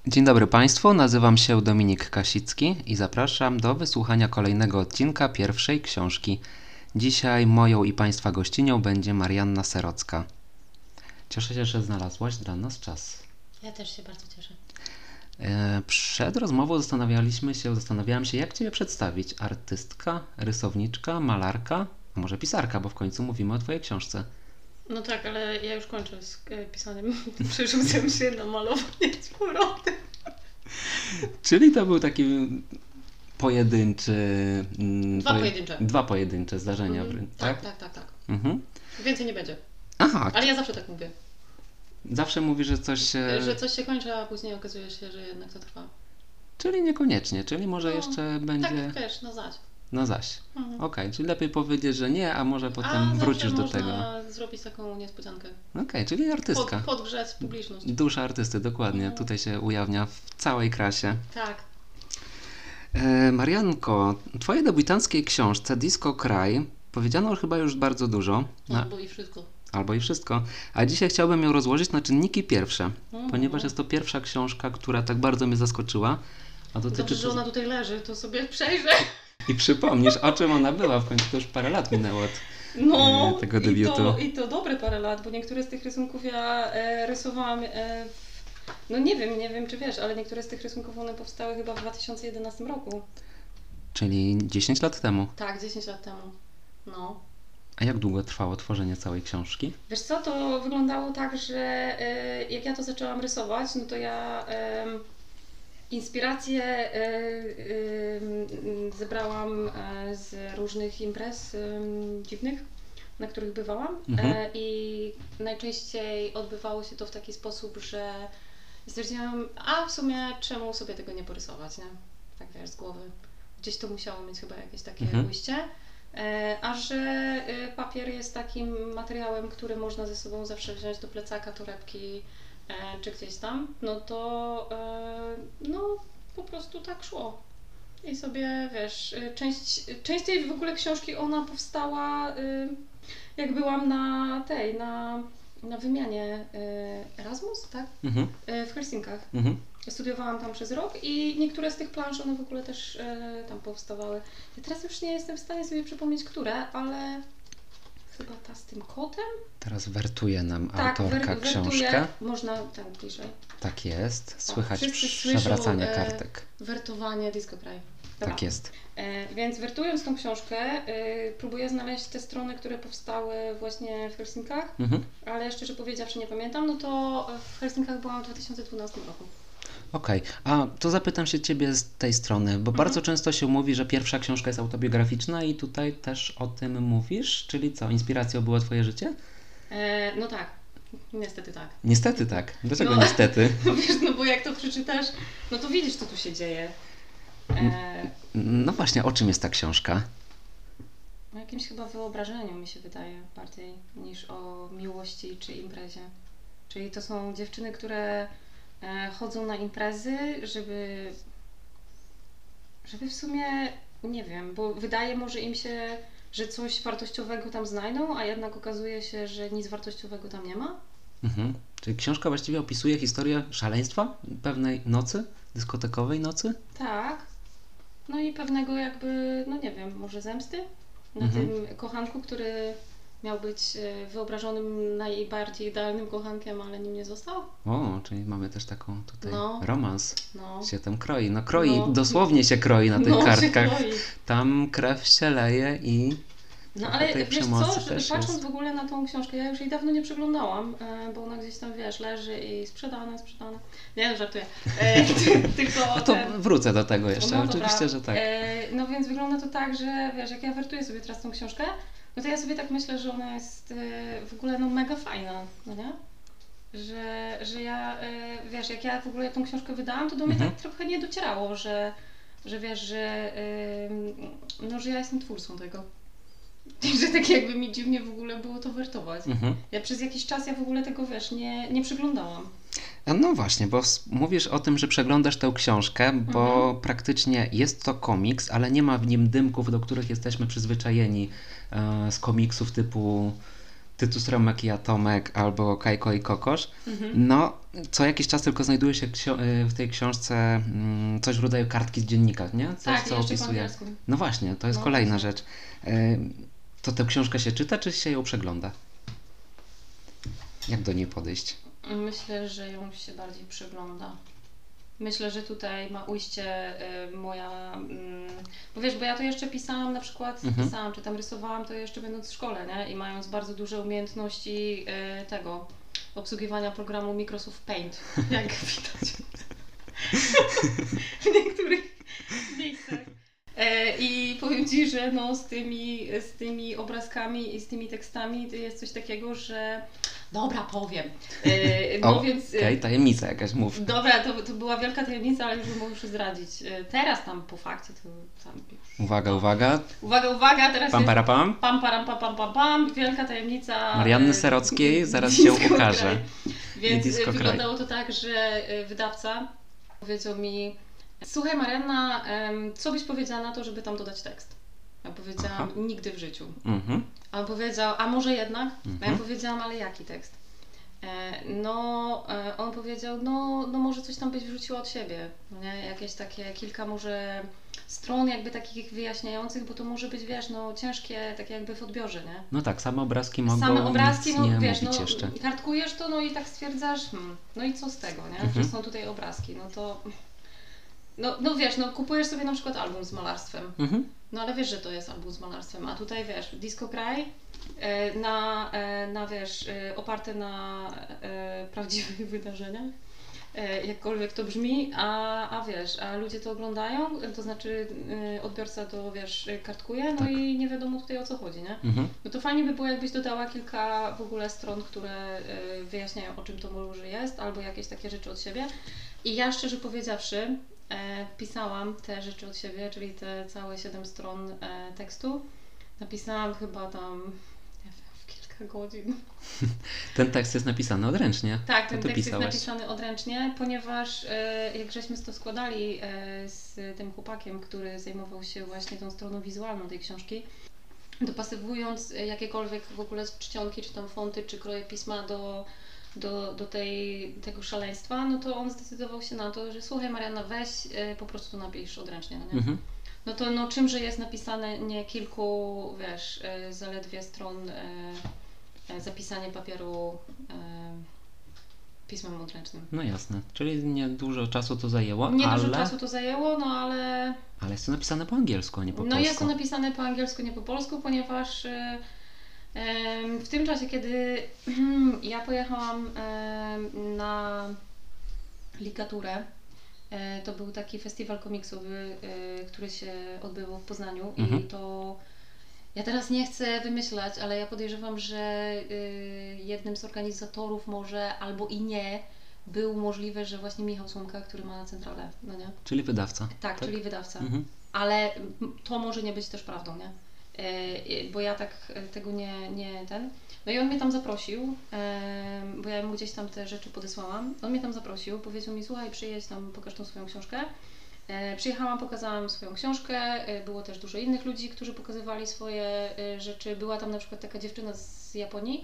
Dzień dobry Państwu, nazywam się Dominik Kasicki i zapraszam do wysłuchania kolejnego odcinka pierwszej książki. Dzisiaj moją i Państwa gościnią będzie Marianna Serocka. Cieszę się, że znalazłaś dla nas czas. Ja też się bardzo cieszę. Przed rozmową zastanawiałam się, jak Ciebie przedstawić. Artystka, rysowniczka, malarka, a może pisarka, bo w końcu mówimy o Twojej książce. No tak, ale ja już kończę z pisaniem. Przerzucam się na malowanie z powrotem. Czyli to był taki pojedynczy... Dwa pojedyncze zdarzenia. Tak? Tak. Mhm. Więcej nie będzie. Aha. Ale ja zawsze tak mówię. Zawsze mówi, że coś się... Że coś się kończy, a później okazuje się, że jednak to trwa. Czyli niekoniecznie, czyli może jeszcze będzie... Tak, wiesz, na zaś. No zaś. Okej, czyli lepiej powiedzieć, że nie, a może potem wrócisz do tego. Można zrobić taką niespodziankę. Okej, czyli artystka. Podgrzać publiczność. Dusza artysty, dokładnie. Tutaj się ujawnia w całej krasie. Tak. Marianko, twojej debiutanckiej książce Disco Cry powiedziano chyba już bardzo dużo. Albo i wszystko. A dzisiaj chciałbym ją rozłożyć na czynniki pierwsze, ponieważ jest to pierwsza książka, która tak bardzo mnie zaskoczyła. A Dobrze, że ona tutaj leży, to sobie przejrzę. I przypomnisz, o czym ona była. W końcu to już parę lat minęło od tego debiutu. I to dobre parę lat, bo niektóre z tych rysunków ja rysowałam... No nie wiem czy wiesz, ale niektóre z tych rysunków one powstały chyba w 2011 roku. Czyli 10 lat temu. Tak, 10 lat temu. No. A jak długo trwało tworzenie całej książki? Wiesz co, to wyglądało tak, że jak ja to zaczęłam rysować, no to ja inspiracje zebrałam z różnych imprez dziwnych, na których bywałam. I najczęściej odbywało się to w taki sposób, że stwierdziłam, a w sumie czemu sobie tego nie porysować, nie? Tak wiesz, z głowy. Gdzieś to musiało mieć chyba jakieś takie ujście. A że papier jest takim materiałem, który można ze sobą zawsze wziąć do plecaka, torebki czy gdzieś tam, no to no po prostu tak szło. I sobie, wiesz, część tej w ogóle książki ona powstała jak byłam na wymianie Erasmus, tak? W Helsinkach. Studiowałam tam przez rok i niektóre z tych plansz, one w ogóle też tam powstawały. Ja teraz już nie jestem w stanie sobie przypomnieć, które, ale chyba ta z tym kotem? Teraz wertuje nam autorka książkę. Można tam bliżej. Tak jest. Słychać przewracanie kartek. Wertowanie Disco Cry. Tak jest. Więc wertując tą książkę, próbuję znaleźć te strony, które powstały właśnie w Helsinkach, ale szczerze powiedziawszy nie pamiętam, no to w Helsinkach byłam w 2012 roku. Okej, a to zapytam się Ciebie z tej strony, bo bardzo często się mówi, że pierwsza książka jest autobiograficzna i tutaj też o tym mówisz, czyli co, inspiracją było Twoje życie? No tak, niestety tak. Niestety tak. Dlaczego niestety? No wiesz, no bo jak to przeczytasz, no to widzisz, co tu się dzieje. No właśnie, o czym jest ta książka? O jakimś chyba wyobrażeniu mi się wydaje bardziej niż o miłości czy imprezie. Czyli to są dziewczyny, które chodzą na imprezy, żeby w sumie, nie wiem, bo wydaje może im się, że coś wartościowego tam znajdą, a jednak okazuje się, że nic wartościowego tam nie ma. Czyli książka właściwie opisuje historię szaleństwa pewnej nocy, dyskotekowej nocy? Tak. No i pewnego jakby, no nie wiem, może zemsty na tym kochanku, który miał być wyobrażonym najbardziej idealnym kochankiem, ale nim nie został. O, czyli mamy też taką tutaj romans. Się tam kroi. Dosłownie się kroi na tych kartkach. Tam krew się leje i no ale wiesz co, patrząc w ogóle na tą książkę, ja już jej dawno nie przeglądałam, bo ona gdzieś tam, wiesz, leży i sprzedane. Nie, żartuję. Tylko no to wrócę do tego jeszcze, no, oczywiście, że tak. No więc wygląda to tak, że wiesz, jak ja wertuję sobie teraz tą książkę, no to ja sobie tak myślę, że ona jest w ogóle no mega fajna, no nie? Że ja, wiesz, jak ja w ogóle tą książkę wydałam, to do mnie tak trochę nie docierało, że wiesz, że ja jestem twórcą tego. Że tak jakby mi dziwnie w ogóle było to wertować. Ja przez jakiś czas w ogóle tego, wiesz, nie przeglądałam. No właśnie, bo mówisz o tym, że przeglądasz tę książkę, bo praktycznie jest to komiks, ale nie ma w nim dymków, do których jesteśmy przyzwyczajeni z komiksów typu Tytus Romek i Atomek albo Kajko i Kokosz. Mhm. No, co jakiś czas tylko znajduje się w tej książce coś w rodzaju kartki z dziennika, nie? Coś, Tak, co i jeszcze po opisuje. angielsku. No właśnie, to jest No kolejna właśnie. rzecz. To tę książkę się czyta, czy się ją przegląda? Jak do niej podejść? Myślę, że ją się bardziej przegląda. Myślę, że tutaj ma ujście moja... bo wiesz, bo ja to jeszcze pisałam na przykład, pisałam, czy tam rysowałam to jeszcze będąc w szkole, nie? I mając bardzo duże umiejętności tego, obsługiwania programu Microsoft Paint, jak widać w niektórych miejscach. I powiem Ci, że no z tymi obrazkami i z tymi tekstami to jest coś takiego, że dobra, powiem. No więc... Okej, tajemnica jakaś, mów. Dobra, to była wielka tajemnica, ale już bym już zdradzić. Teraz tam po fakcie to tam już... Uwaga, uwaga. Uwaga, teraz Pam, jest... para, pam. Pam, param, pam, wielka tajemnica... Marianny Serockiej zaraz się Disco ukaże. Kraj. Więc Disco wyglądało to tak, że wydawca powiedział mi: słuchaj Marianna, co byś powiedziała na to, żeby tam dodać tekst? Ja powiedziałam: nigdy w życiu. Mhm. A on powiedział: a może jednak? A ja powiedziałam: ale jaki tekst? On powiedział: no może coś tam byś wrzuciła od siebie, no nie? Jakieś takie kilka może stron jakby takich wyjaśniających, bo to może być, wiesz, no ciężkie tak jakby w odbiorze, nie? No tak, same obrazki mogą Same obrazki, nic no nie wiesz, mówić no jeszcze. kartkujesz to, no i tak stwierdzasz, no i co z tego, nie? Że są tutaj obrazki, no to... No wiesz, no kupujesz sobie na przykład album z malarstwem, no ale wiesz, że to jest album z malarstwem, a tutaj wiesz, Disco Kraj, wiesz, oparte na prawdziwych wydarzeniach, jakkolwiek to brzmi, a wiesz, a ludzie to oglądają, to znaczy odbiorca to, wiesz, kartkuje, no Tak. i nie wiadomo tutaj o co chodzi, nie? No to fajnie by było, jakbyś dodała kilka w ogóle stron, które wyjaśniają, o czym to może jest, albo jakieś takie rzeczy od siebie. I ja szczerze powiedziawszy, pisałam te rzeczy od siebie, czyli te całe 7 stron tekstu. Napisałam chyba tam, nie wiem, w kilka godzin. Ten tekst jest napisany odręcznie. Tak, ten To ty tekst pisałaś. jest napisany odręcznie, ponieważ jak żeśmy to składali z tym chłopakiem, który zajmował się właśnie tą stroną wizualną tej książki, dopasowując jakiekolwiek w ogóle czcionki, czy tam fonty, czy kroje pisma do tego szaleństwa, no to on zdecydował się na to, że słuchaj Marianna, weź po prostu napisz odręcznie, no nie? No to no czymże jest napisane nie kilku, wiesz, zaledwie stron zapisanie papieru pismem odręcznym. No jasne, czyli nie dużo czasu to zajęło, Nie ale... dużo czasu to zajęło, no ale... Ale jest to napisane po angielsku, a nie po polsku. No jest to napisane po angielsku, nie po polsku, ponieważ w tym czasie, kiedy ja pojechałam na likaturę, to był taki festiwal komiksowy, który się odbywał w Poznaniu i to ja teraz nie chcę wymyślać, ale ja podejrzewam, że jednym z organizatorów może albo i nie był możliwe, że właśnie Michał Słomka, który ma centralę, no nie? Czyli wydawca. Tak, czyli wydawca. Ale to może nie być też prawdą, nie? Bo ja tak tego nie ten. No i on mnie tam zaprosił, bo ja mu gdzieś tam te rzeczy podesłałam. On mnie tam zaprosił, powiedział mi: słuchaj, przyjedź tam, pokaż tą swoją książkę. Przyjechałam, pokazałam swoją książkę, było też dużo innych ludzi, którzy pokazywali swoje rzeczy. Była tam na przykład taka dziewczyna z Japonii,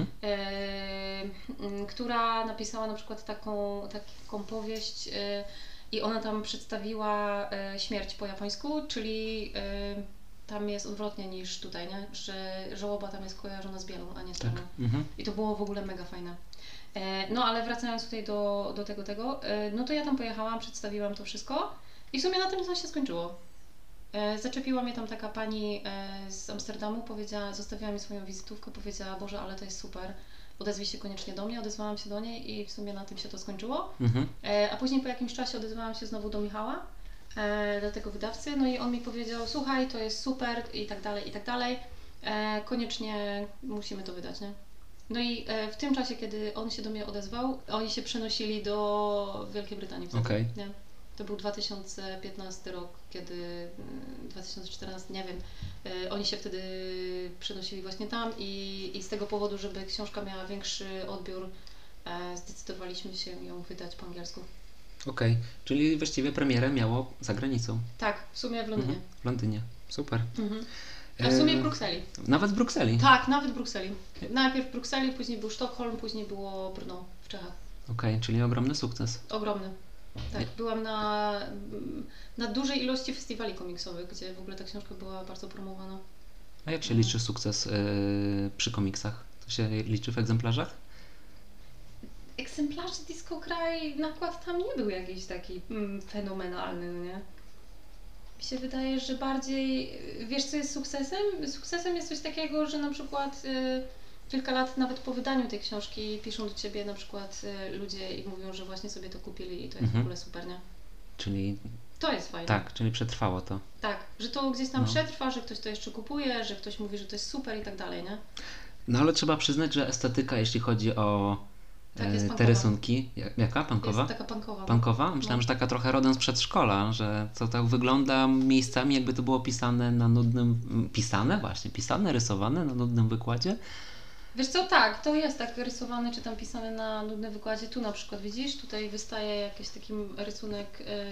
która napisała na przykład taką powieść i ona tam przedstawiła śmierć po japońsku, czyli tam jest odwrotnie niż tutaj, nie? Że żałoba tam jest kojarzona z bielą, a nie z czarną. I to było w ogóle mega fajne. No ale wracając tutaj do tego, no to ja tam pojechałam, przedstawiłam to wszystko i w sumie na tym to się skończyło. Zaczepiła mnie tam taka pani z Amsterdamu, zostawiła mi swoją wizytówkę, powiedziała: Boże, ale to jest super, odezwij się koniecznie do mnie. Odezwałam się do niej i w sumie na tym się to skończyło. A później po jakimś czasie odezwałam się znowu do Michała, do tego wydawcy, no i on mi powiedział: słuchaj, to jest super i tak dalej, koniecznie musimy to wydać, nie? No i w tym czasie, kiedy on się do mnie odezwał, oni się przenosili do Wielkiej Brytanii wtedy, nie? To był 2015 rok, kiedy 2014, nie wiem, oni się wtedy przenosili właśnie tam i z tego powodu, żeby książka miała większy odbiór, zdecydowaliśmy się ją wydać po angielsku. Okej, czyli właściwie premierę miało za granicą. Tak, w sumie w Londynie. W Londynie, super. A w sumie w Brukseli. Nawet w Brukseli? Tak, nawet w Brukseli. Najpierw w Brukseli, później był Sztokholm, później było Brno w Czechach. Okej, czyli ogromny sukces. Ogromny. Tak, byłam na dużej ilości festiwali komiksowych, gdzie w ogóle ta książka była bardzo promowana. A jak się liczy sukces przy komiksach? To się liczy w egzemplarzach? Egzemplarz Disco Cry, nakład tam nie był jakiś taki fenomenalny, no nie? Mi się wydaje, że bardziej, wiesz co jest sukcesem? Sukcesem jest coś takiego, że na przykład kilka lat nawet po wydaniu tej książki piszą do Ciebie na przykład ludzie i mówią, że właśnie sobie to kupili i to jest w ogóle super, nie? Czyli... To jest fajne. Tak, czyli przetrwało to. Tak, że to gdzieś tam przetrwa, że ktoś to jeszcze kupuje, że ktoś mówi, że to jest super i tak dalej, nie? No ale trzeba przyznać, że estetyka, jeśli chodzi o Tak, jest te punkowa. rysunki... Jaka? Punkowa? Jest taka punkowa. Punkowa? Myślałem, że taka trochę rodem z przedszkola, że to tak wygląda miejscami, jakby to było pisane na nudnym... Pisane? Właśnie, pisane, rysowane na nudnym wykładzie. Wiesz co, tak, to jest tak rysowane czy tam pisane na nudnym wykładzie. Tu na przykład widzisz, tutaj wystaje jakiś taki rysunek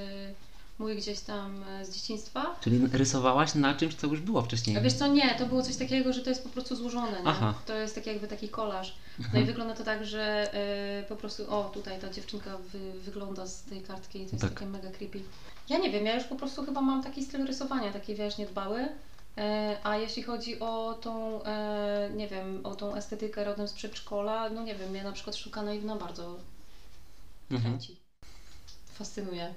mój gdzieś tam z dzieciństwa. Czyli rysowałaś na czymś, co już było wcześniej. A wiesz co, nie, to było coś takiego, że to jest po prostu złożone, nie? Aha. To jest tak jakby taki kolaż. No i wygląda to tak, że po prostu, o tutaj ta dziewczynka wygląda z tej kartki i to jest Tak. takie mega creepy. Ja nie wiem, ja już po prostu chyba mam taki styl rysowania, taki wiesz, niedbały. A jeśli chodzi o tą, nie wiem, o tą estetykę rodem z przedszkola, no nie wiem, mnie na przykład Sztuka Naiwna bardzo kręci. Fascynuje.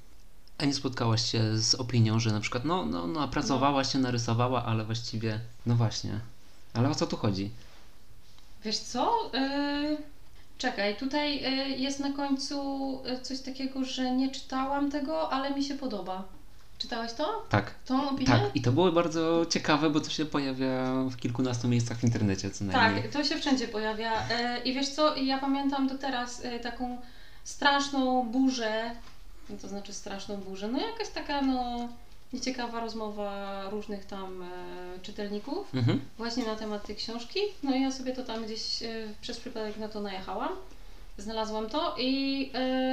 A nie spotkałaś się z opinią, że na przykład pracowałaś się, narysowała, ale właściwie, no właśnie, ale o co tu chodzi? Wiesz co? Czekaj, tutaj jest na końcu coś takiego, że nie czytałam tego, ale mi się podoba. Czytałeś to? Tak. Tą opinię? Tak, i to było bardzo ciekawe, bo to się pojawia w kilkunastu miejscach w internecie co najmniej. Tak, to się wszędzie pojawia. I wiesz co, ja pamiętam do teraz taką straszną burzę, to znaczy straszną burzę, no jakaś taka nieciekawa rozmowa różnych tam czytelników właśnie na temat tej książki. No i ja sobie to tam gdzieś przez przypadek na to najechałam, znalazłam to i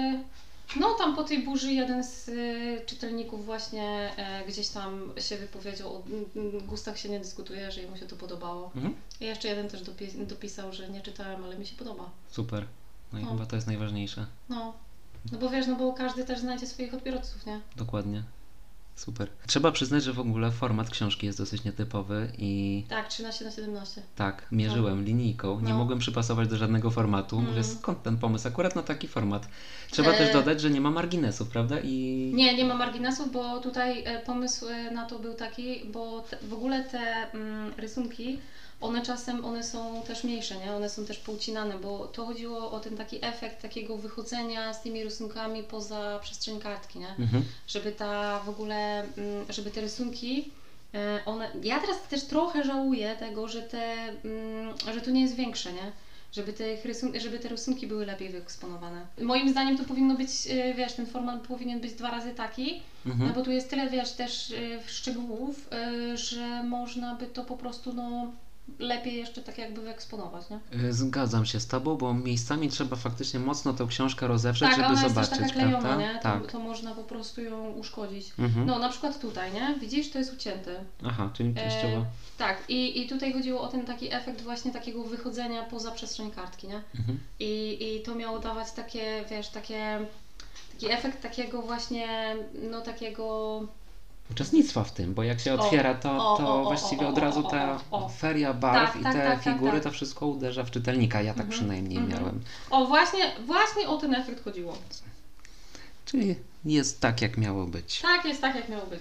no tam po tej burzy jeden z czytelników właśnie gdzieś tam się wypowiedział, o gustach się nie dyskutuje, że jemu się to podobało. I jeszcze jeden też dopisał, że nie czytałem, ale mi się podoba. Super. No i chyba to jest najważniejsze. No bo wiesz, bo każdy też znajdzie swoich odbiorców, nie? Dokładnie. Super. Trzeba przyznać, że w ogóle format książki jest dosyć nietypowy i... Tak, 13x17. Tak, mierzyłem linijką. Nie mogłem przypasować do żadnego formatu. Mówię, skąd ten pomysł akurat na taki format? Trzeba też dodać, że nie ma marginesów, prawda? Nie ma marginesów, bo tutaj pomysł na to był taki, bo w ogóle te rysunki, one są też mniejsze, nie? One są też poucinane, bo to chodziło o ten taki efekt takiego wychodzenia z tymi rysunkami poza przestrzeń kartki, nie? Żeby żeby te rysunki, ja teraz też trochę żałuję tego, że to nie jest większe, nie? Żeby te rysunki były lepiej wyeksponowane. Moim zdaniem to powinno być, wiesz, ten format powinien być 2 razy taki, no bo tu jest tyle, wiesz, też szczegółów, że można by to po prostu, lepiej jeszcze tak jakby wyeksponować, nie? Zgadzam się z Tobą, bo miejscami trzeba faktycznie mocno tę książkę rozewrzeć, tak, żeby ona zobaczyć, jest też taka klejona, prawda? nie? Tak. To można po prostu ją uszkodzić. No na przykład tutaj, nie? Widzisz, to jest ucięte. Aha, czyli częściowo. Tak, i tutaj chodziło o ten taki efekt właśnie takiego wychodzenia poza przestrzeń kartki, nie? I to miało dawać takie, wiesz, taki efekt takiego właśnie, takiego... Uczestnictwa w tym, bo jak się otwiera, to właściwie od razu ta feria barw i te figury, to wszystko uderza w czytelnika. Ja tak przynajmniej miałem. O, właśnie o ten efekt chodziło. Czyli jest tak, jak miało być. Tak, jest tak, jak miało być.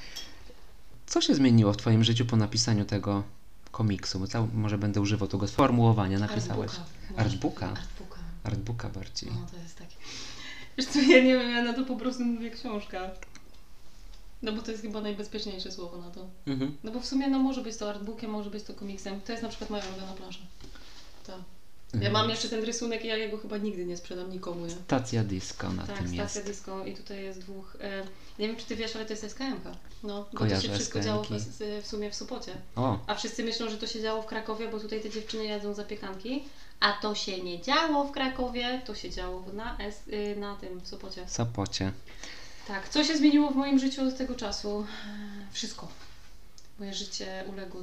Co się zmieniło w Twoim życiu po napisaniu tego komiksu? Może będę używał tego sformułowania. Napisałeś artbooka. Artbooka bardziej. No, to jest takie. Wiesz co, ja nie wiem, ja na to po prostu mówię książka. No bo to jest chyba najbezpieczniejsze słowo na to. No bo w sumie może być to artbookiem, może być to komiksem. To jest na przykład moja ulubiona plansza. Tak. Ja mam jeszcze ten rysunek i ja jego chyba nigdy nie sprzedam nikomu, nie? Stacja disco na tym jest. Tak, stacja disco i tutaj jest 2... nie wiem, czy Ty wiesz, ale to jest SKM-ka. No, bo Kojarzę to się wszystko działo SKM-ki. w sumie w Sopocie. O. A wszyscy myślą, że to się działo w Krakowie, bo tutaj te dziewczyny jadzą zapiekanki. A to się nie działo w Krakowie, to się działo na tym, w Sopocie. W Sopocie. Tak, co się zmieniło w moim życiu od tego czasu? Wszystko. moje życie uległo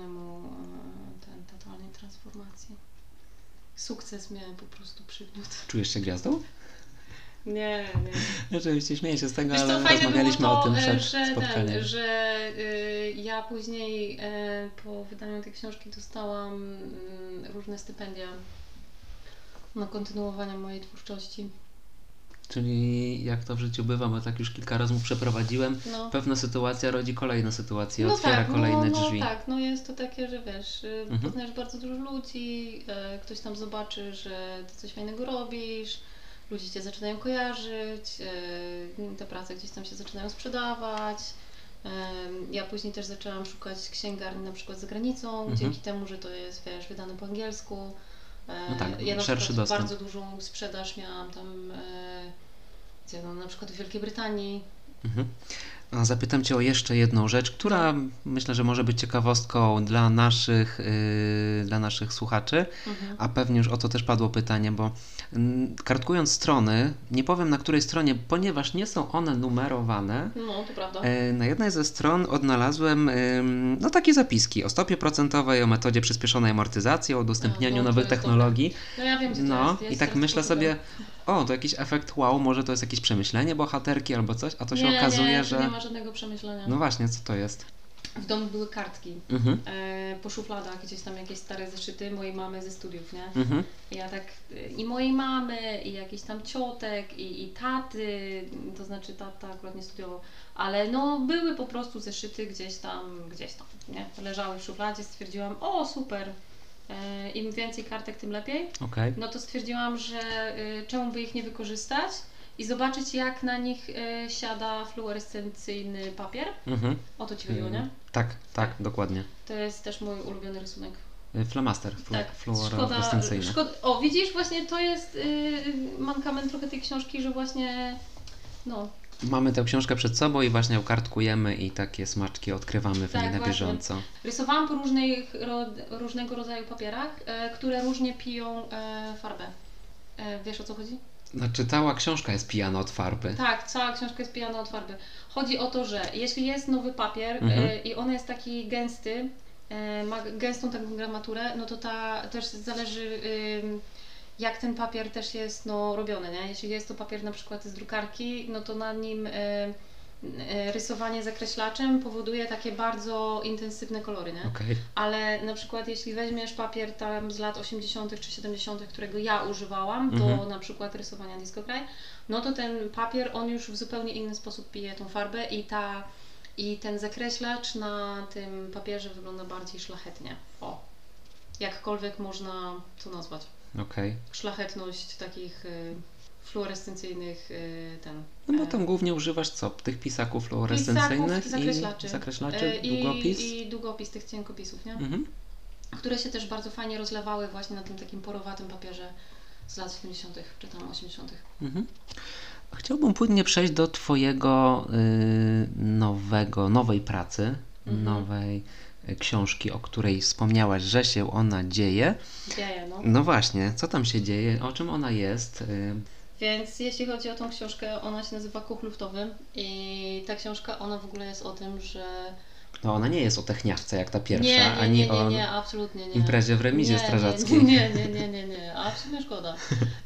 totalnej transformacji. Sukces mnie po prostu przygniótł. Czujesz się gwiazdą? Nie. Oczywiście śmieję się z tego, Wiesz co, ale fajne rozmawialiśmy było to, o tym przed spotkaniem. że ja później po wydaniu tej książki dostałam różne stypendia na kontynuowanie mojej twórczości. Czyli jak to w życiu bywa, bo tak już kilka rozmów przeprowadziłem, pewna sytuacja rodzi kolejne sytuacje, otwiera kolejne drzwi. Tak, jest to takie, że wiesz, poznajesz bardzo dużo ludzi, ktoś tam zobaczy, że ty coś fajnego robisz, ludzie cię zaczynają kojarzyć, te prace gdzieś tam się zaczynają sprzedawać. Ja później też zaczęłam szukać księgarni na przykład za granicą, dzięki temu, że to jest, wiesz, wydane po angielsku. Ja na przykład bardzo dużą sprzedaż miałam tam na przykład w Wielkiej Brytanii. A zapytam Cię o jeszcze jedną rzecz, która myślę, że może być ciekawostką dla naszych słuchaczy, a pewnie już o to też padło pytanie, bo kartkując strony, nie powiem na której stronie, ponieważ nie są one numerowane. No, to prawda. Na jednej ze stron odnalazłem takie zapiski o stopie procentowej, o metodzie przyspieszonej amortyzacji, o udostępnianiu nowych technologii. No ja wiem, gdzie to jest. I tak myślę sobie, to jakiś efekt wow, może to jest jakieś przemyślenie bohaterki albo coś, a to się okazuje, że... nie ma żadnego przemyślenia. No właśnie, co to jest? W domu były kartki po szufladach, gdzieś tam jakieś stare zeszyty mojej mamy ze studiów, nie? Ja tak, i mojej mamy, i jakichś tam ciotek, i taty, to znaczy tata akurat nie studiował, ale były po prostu zeszyty gdzieś tam, nie? Leżały w szufladzie, stwierdziłam, super, im więcej kartek, tym lepiej. No to stwierdziłam, że czemu by ich nie wykorzystać i zobaczyć, jak na nich siada fluorescencyjny papier. O to Ci chodziło, nie? Tak, dokładnie. To jest też mój ulubiony rysunek. Flamaster, fluorescencyjny. Szkoda. O, widzisz, właśnie to jest mankament trochę tej książki, że właśnie, Mamy tę książkę przed sobą i właśnie ją kartkujemy i takie smaczki odkrywamy w niej na bieżąco. Rysowałam po różnego rodzaju papierach, które różnie piją farbę. Wiesz, o co chodzi? Znaczy cała książka jest pijana od farby. Tak, cała książka jest pijana od farby. Chodzi o to, że jeśli jest nowy papier i on jest taki gęsty, ma gęstą taką gramaturę, no to też zależy jak ten papier też jest robiony, nie? Jeśli jest to papier na przykład z drukarki, no to na nim rysowanie zakreślaczem powoduje takie bardzo intensywne kolory, nie? Ale na przykład jeśli weźmiesz papier tam z lat 80. czy 70., którego ja używałam do na przykład rysowania Disco Cry, no to ten papier, on już w zupełnie inny sposób pije tą farbę i ten zakreślacz na tym papierze wygląda bardziej szlachetnie. Jakkolwiek można to nazwać. Szlachetność takich fluorescencyjnych No bo tam głównie używasz co? Tych pisaków fluorescencyjnych zakreślaczy. I zakreślaczy, długopis? I długopis tych cienkopisów, nie? Które się też bardzo fajnie rozlewały właśnie na tym takim porowatym papierze z lat 70. czy tam 80. Chciałbym płynnie przejść do Twojego nowej pracy, nowej książki, o której wspomniałaś, że się ona dzieje. No właśnie, co tam się dzieje, o czym ona jest? Więc jeśli chodzi o tą książkę, ona się nazywa Kuch luftowy i ta książka, ona w ogóle jest o tym, że... No ona nie jest o techniawce jak ta pierwsza, ani o absolutnie nie. imprezie w remizie strażackiej. Nie, absolutnie szkoda.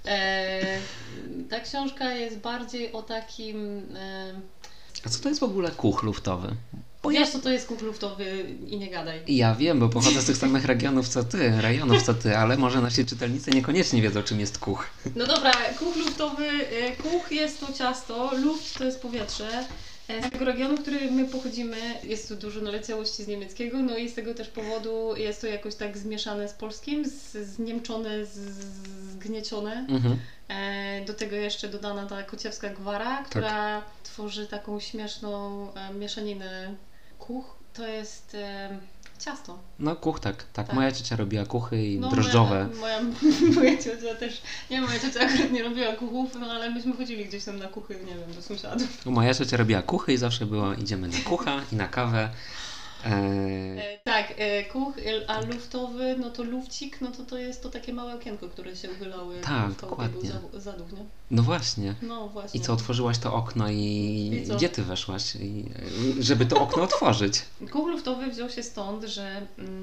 Ta książka jest bardziej o takim... A co to jest w ogóle kuch luftowy? Wiesz, co to jest kuch luftowy i nie gadaj. Ja wiem, bo pochodzę z tych samych rejonów co ty, ale może nasi czytelnicy niekoniecznie wiedzą, czym jest kuch. No dobra, kuch luftowy, kuch jest to ciasto, luft to jest powietrze. Z tego regionu, w którym my pochodzimy, jest tu dużo naleciałości z niemieckiego, no i z tego też powodu jest to jakoś tak zmieszane z polskim, zniemczone, zgniecione. Do tego jeszcze dodana ta kociewska gwara, która tworzy taką śmieszną mieszaninę. Kuch to jest ciasto. No kuch, tak. Moja ciocia robiła kuchy i drożdżowe. Moja ciocia też, moja ciocia akurat nie robiła kuchów, no ale myśmy chodzili gdzieś tam na kuchy, nie wiem, do sąsiadów. Moja ciocia robiła kuchy i zawsze było, idziemy na kucha i na kawę. Tak, kuch, a luftowy, no to lufcik, no to jest to takie małe okienko, które się uchylało, jak Tak, w chałupie był dokładnie. zadób, nie? No właśnie. No I właśnie. co, otworzyłaś to okno I co? gdzie ty weszłaś? Żeby to okno otworzyć. Kuch luftowy wziął się stąd, że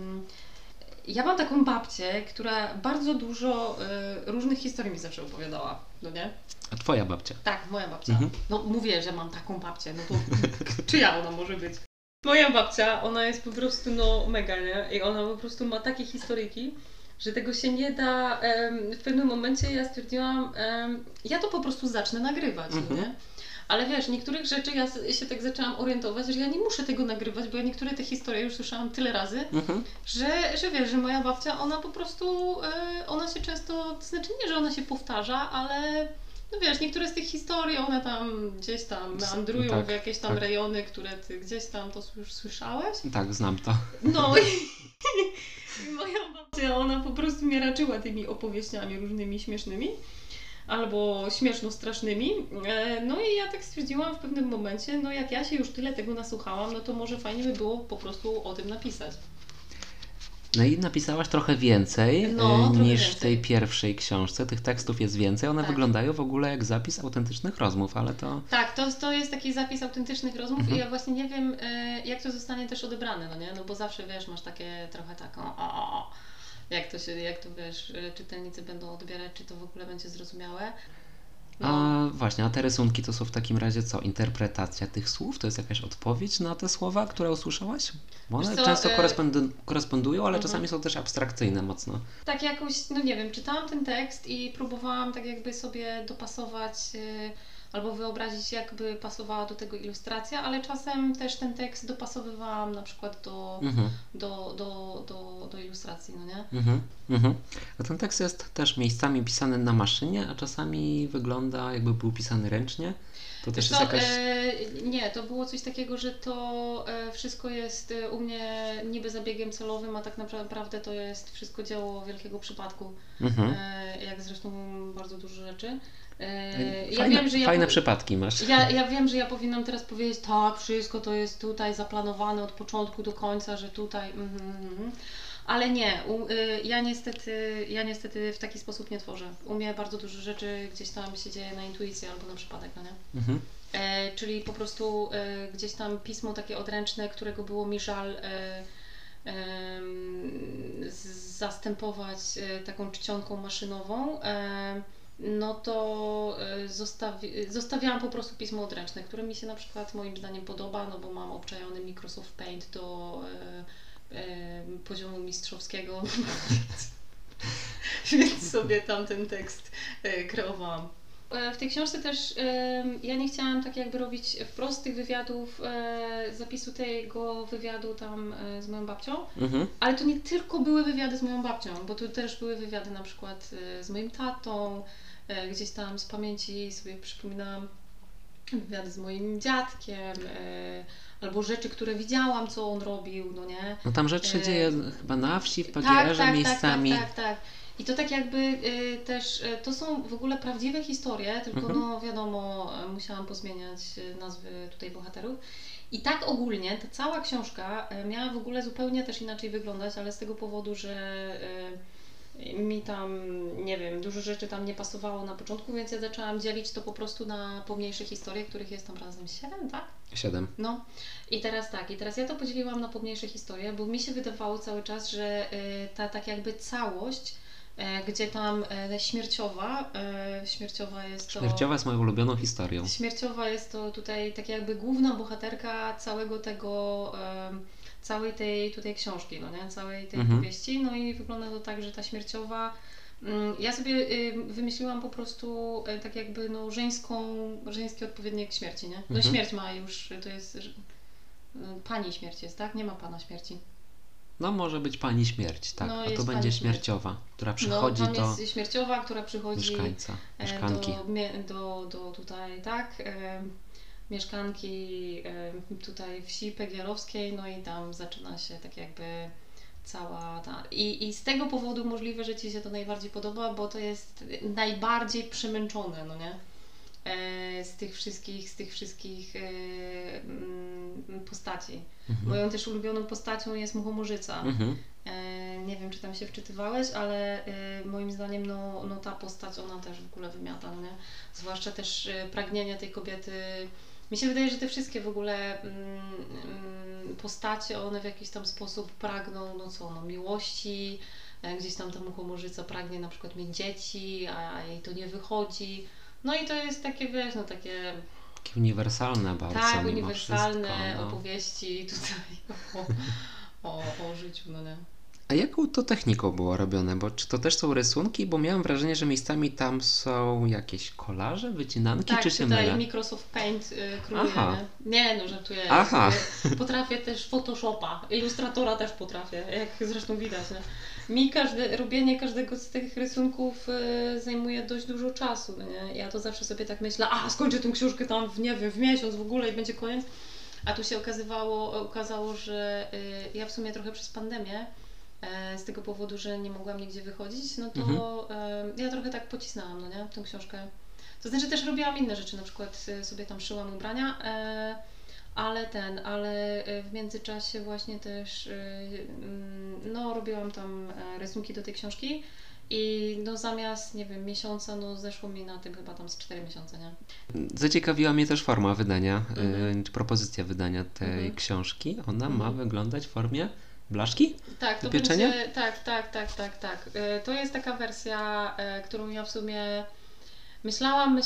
ja mam taką babcię, która bardzo dużo różnych historii mi zawsze opowiadała, no nie? A twoja babcia? Tak, moja babcia. Mhm. No mówię, że mam taką babcię, no to czyja ona może być? Moja babcia, ona jest po prostu no mega, nie? I ona po prostu ma takie historyjki, że tego się nie da. W pewnym momencie ja stwierdziłam, ja to po prostu zacznę nagrywać, no nie? Ale wiesz, niektórych rzeczy ja się tak zaczęłam orientować, że ja nie muszę tego nagrywać, bo ja niektóre te historie już słyszałam tyle razy, że wiesz, że moja babcia, ona po prostu, ona się często, to znaczy nie, że ona się powtarza, ale no wiesz, niektóre z tych historii, one tam gdzieś tam meandrują Tak, w jakieś tam tak. rejony, które ty gdzieś tam to już słyszałeś. Tak, znam to. No i moja babcia, ona po prostu mnie raczyła tymi opowieściami różnymi śmiesznymi albo śmieszno-strasznymi. No i ja tak stwierdziłam w pewnym momencie, no jak ja się już tyle tego nasłuchałam, no to może fajnie by było po prostu o tym napisać. No i napisałaś trochę więcej No, trochę niż więcej. w tej pierwszej książce. Tych tekstów jest więcej. One Tak. wyglądają w ogóle jak zapis autentycznych rozmów, ale to... Tak, to jest taki zapis autentycznych rozmów i ja właśnie nie wiem, jak to zostanie też odebrane, no nie? No bo zawsze, wiesz, masz takie trochę taką jak to wiesz, czytelnicy będą odbierać, czy to w ogóle będzie zrozumiałe. No. A właśnie, a te rysunki to są w takim razie co? Interpretacja tych słów? To jest jakaś odpowiedź na te słowa, które usłyszałaś? Bo one Wiesz co, często korespondują, ale czasami są też abstrakcyjne mocno. Tak jakoś, no nie wiem, czytałam ten tekst i próbowałam tak jakby sobie dopasować albo wyobrazić, jakby pasowała do tego ilustracja, ale czasem też ten tekst dopasowywałam na przykład do ilustracji, no nie? A ten tekst jest też miejscami pisany na maszynie, a czasami wygląda jakby był pisany ręcznie. To też jest jakaś... Nie, to było coś takiego, że to wszystko jest u mnie niby zabiegiem celowym, a tak naprawdę to jest wszystko dzieło wielkiego przypadku, jak zresztą bardzo dużo rzeczy. Fajne przypadki masz. Ja wiem, że ja powinnam teraz powiedzieć, tak, wszystko to jest tutaj zaplanowane od początku do końca, że tutaj... Ale nie, ja niestety w taki sposób nie tworzę. U mnie bardzo dużo rzeczy gdzieś tam się dzieje na intuicję albo na przypadek, no nie? Czyli po prostu gdzieś tam pismo takie odręczne, którego było mi żal zastępować taką czcionką maszynową, no to zostawiałam po prostu pismo odręczne, które mi się na przykład moim zdaniem podoba, no bo mam obczajony Microsoft Paint do poziomu mistrzowskiego, więc sobie tam ten tekst kreowałam. W tej książce też ja nie chciałam tak jakby robić wprost tych wywiadów, zapisu tego wywiadu tam z moją babcią, ale to nie tylko były wywiady z moją babcią, bo tu też były wywiady na przykład z moim tatą, gdzieś tam z pamięci sobie przypominałam wywiady z moim dziadkiem, albo rzeczy, które widziałam, co on robił, no nie? No tam rzecz się dzieje chyba na wsi, w PGR-ze miejscami. Tak. I to tak jakby też, to są w ogóle prawdziwe historie, tylko no wiadomo, musiałam pozmieniać nazwy tutaj bohaterów. I tak ogólnie ta cała książka miała w ogóle zupełnie też inaczej wyglądać, ale z tego powodu, że mi tam, nie wiem, dużo rzeczy tam nie pasowało na początku, więc ja zaczęłam dzielić to po prostu na pomniejsze historie, których jest tam razem 7, tak? 7. No i teraz ja to podzieliłam na pomniejsze historie, bo mi się wydawało cały czas, że ta tak jakby całość, gdzie tam śmierciowa jest to... Śmierciowa jest moją ulubioną historią. Śmierciowa jest to tutaj tak jakby główna bohaterka całego tego... całej tej tutaj książki, no nie? Całej tej powieści. No i wygląda to tak, że ta śmierciowa... Ja sobie wymyśliłam po prostu tak jakby no żeński odpowiednik śmierci, nie? No śmierć ma już, to jest... Pani śmierć jest, tak? Nie ma pana śmierci. No może być pani śmierć, tak. No, a to będzie śmierciowa, która przychodzi tam do jest śmierciowa, która przychodzi mieszkanki. do tutaj, tak? Mieszkanki tutaj wsi PGR-owskiej, no i tam zaczyna się tak jakby cała ta... I z tego powodu możliwe, że Ci się to najbardziej podoba, bo to jest najbardziej przemęczone, no nie? Z tych wszystkich postaci. Moją też ulubioną postacią jest Muchomorzyca. Nie wiem, czy tam się wczytywałeś, ale moim zdaniem no ta postać, ona też w ogóle wymiata, no nie? Zwłaszcza też pragnienie tej kobiety. Mi się wydaje, że te wszystkie w ogóle postacie, one w jakiś tam sposób pragną, miłości. Gdzieś tam ta Muchomorzyca pragnie na przykład mieć dzieci, a jej to nie wychodzi. No i to jest takie, wiesz, takie uniwersalne bardzo. Tak, uniwersalne wszystko, opowieści tutaj o życiu, no nie. A jaką to techniką było robione? Bo czy to też są rysunki? Bo miałem wrażenie, że miejscami tam są jakieś kolaże, wycinanki, tak, czy się tutaj mylę? Microsoft Paint króluje, nie? No żartuję. Aha. Potrafię też Photoshopa, Illustratora też potrafię, jak zresztą widać. Nie? Mi robienie każdego z tych rysunków zajmuje dość dużo czasu, no nie? Ja to zawsze sobie tak myślę, skończę tę książkę tam w miesiąc w ogóle i będzie koniec. A tu się okazało, że ja w sumie trochę przez pandemię, z tego powodu, że nie mogłam nigdzie wychodzić, no to ja trochę tak pocisnęłam, no nie, tę książkę. To znaczy też robiłam inne rzeczy, na przykład sobie tam szyłam ubrania, ale w międzyczasie właśnie też robiłam tam rysunki do tej książki i zamiast, nie wiem, miesiąca, zeszło mi na tym chyba tam z 4 miesiące, nie? Zaciekawiła mnie też forma wydania, propozycja wydania tej książki. Ona ma wyglądać w formie blaszki? Tak, to pieczenia? będzie, tak. To jest taka wersja, którą ja w sumie myślałam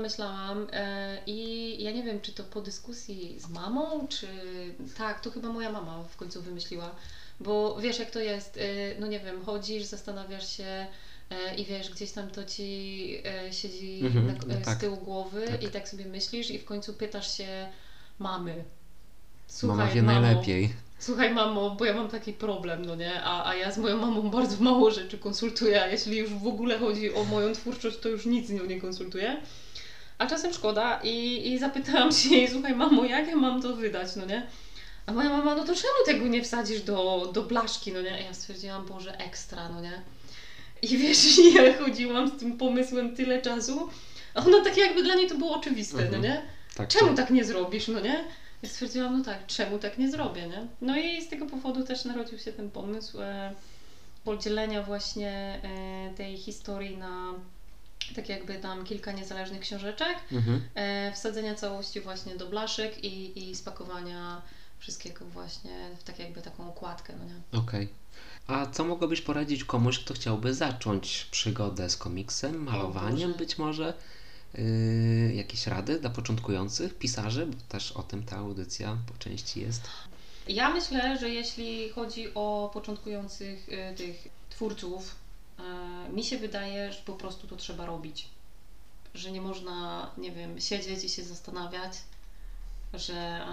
i ja nie wiem, czy to po dyskusji z mamą, czy tak, to chyba moja mama w końcu wymyśliła, bo wiesz jak to jest, no nie wiem, chodzisz, zastanawiasz się i wiesz, gdzieś tam to ci siedzi z tyłu głowy i tak sobie myślisz i w końcu pytasz się mamy. Słuchaj, mama wie najlepiej. Słuchaj mamo, bo ja mam taki problem, no nie? A ja z moją mamą bardzo mało rzeczy konsultuję, a jeśli już w ogóle chodzi o moją twórczość, to już nic z nią nie konsultuję. A czasem szkoda i zapytałam się jej, słuchaj mamo, jak ja mam to wydać, no nie? A moja mama, no to czemu tego nie wsadzisz do blaszki, no nie? A ja stwierdziłam, Boże, ekstra, no nie? I wiesz, ja chodziłam z tym pomysłem tyle czasu, a ona tak jakby dla niej to było oczywiste, no nie? Tak, czemu tak nie zrobisz, no nie? Ja stwierdziłam, no tak, czemu tak nie zrobię, nie? No i z tego powodu też narodził się ten pomysł podzielenia właśnie tej historii na tak jakby tam kilka niezależnych książeczek, wsadzenia całości właśnie do blaszek i spakowania wszystkiego właśnie w tak jakby taką okładkę, no nie? Okej. A co mogłabyś poradzić komuś, kto chciałby zacząć przygodę z komiksem, malowaniem być może? Jakieś rady dla początkujących pisarzy, bo też o tym ta audycja po części jest. Ja myślę, że jeśli chodzi o początkujących tych twórców, mi się wydaje, że po prostu to trzeba robić. Że nie można, nie wiem, siedzieć i się zastanawiać, że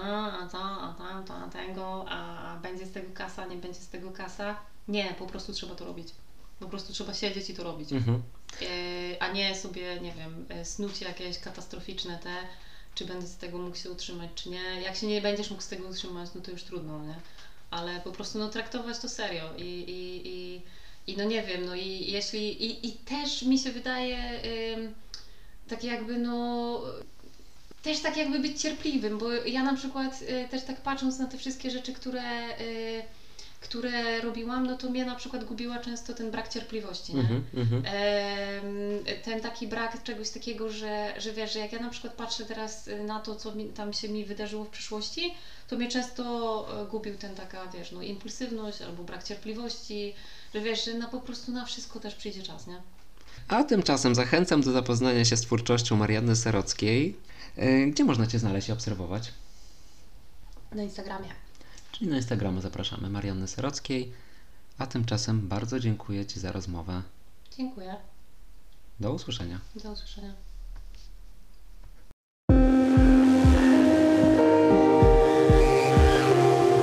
tego, a będzie z tego kasa, nie będzie z tego kasa. Nie, po prostu trzeba to robić. Po prostu trzeba siedzieć i to robić. A nie sobie, nie wiem, snuć jakieś katastroficzne czy będę z tego mógł się utrzymać, czy nie. Jak się nie będziesz mógł z tego utrzymać, no to już trudno, nie? Ale po prostu traktować to serio i no nie wiem, no i jeśli i też mi się wydaje tak jakby też tak jakby być cierpliwym, bo ja na przykład też tak patrząc na te wszystkie rzeczy, które robiłam, no to mnie na przykład gubiła często ten brak cierpliwości, nie? Ten taki brak czegoś takiego, że wiesz, że jak ja na przykład patrzę teraz na to, co tam się mi wydarzyło w przyszłości, to mnie często gubił ten taka, wiesz, impulsywność albo brak cierpliwości, że wiesz, że po prostu na wszystko też przyjdzie czas, nie? A tymczasem zachęcam do zapoznania się z twórczością Marianny Serockiej. Gdzie można Cię znaleźć i obserwować? Na Instagramie. Czyli na Instagramie zapraszamy Marianny Serockiej. A tymczasem bardzo dziękuję Ci za rozmowę. Dziękuję. Do usłyszenia. Do usłyszenia.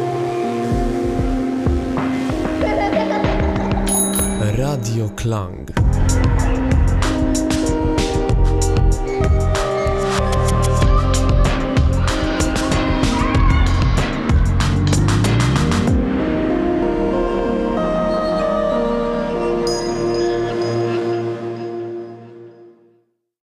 Radio Klang.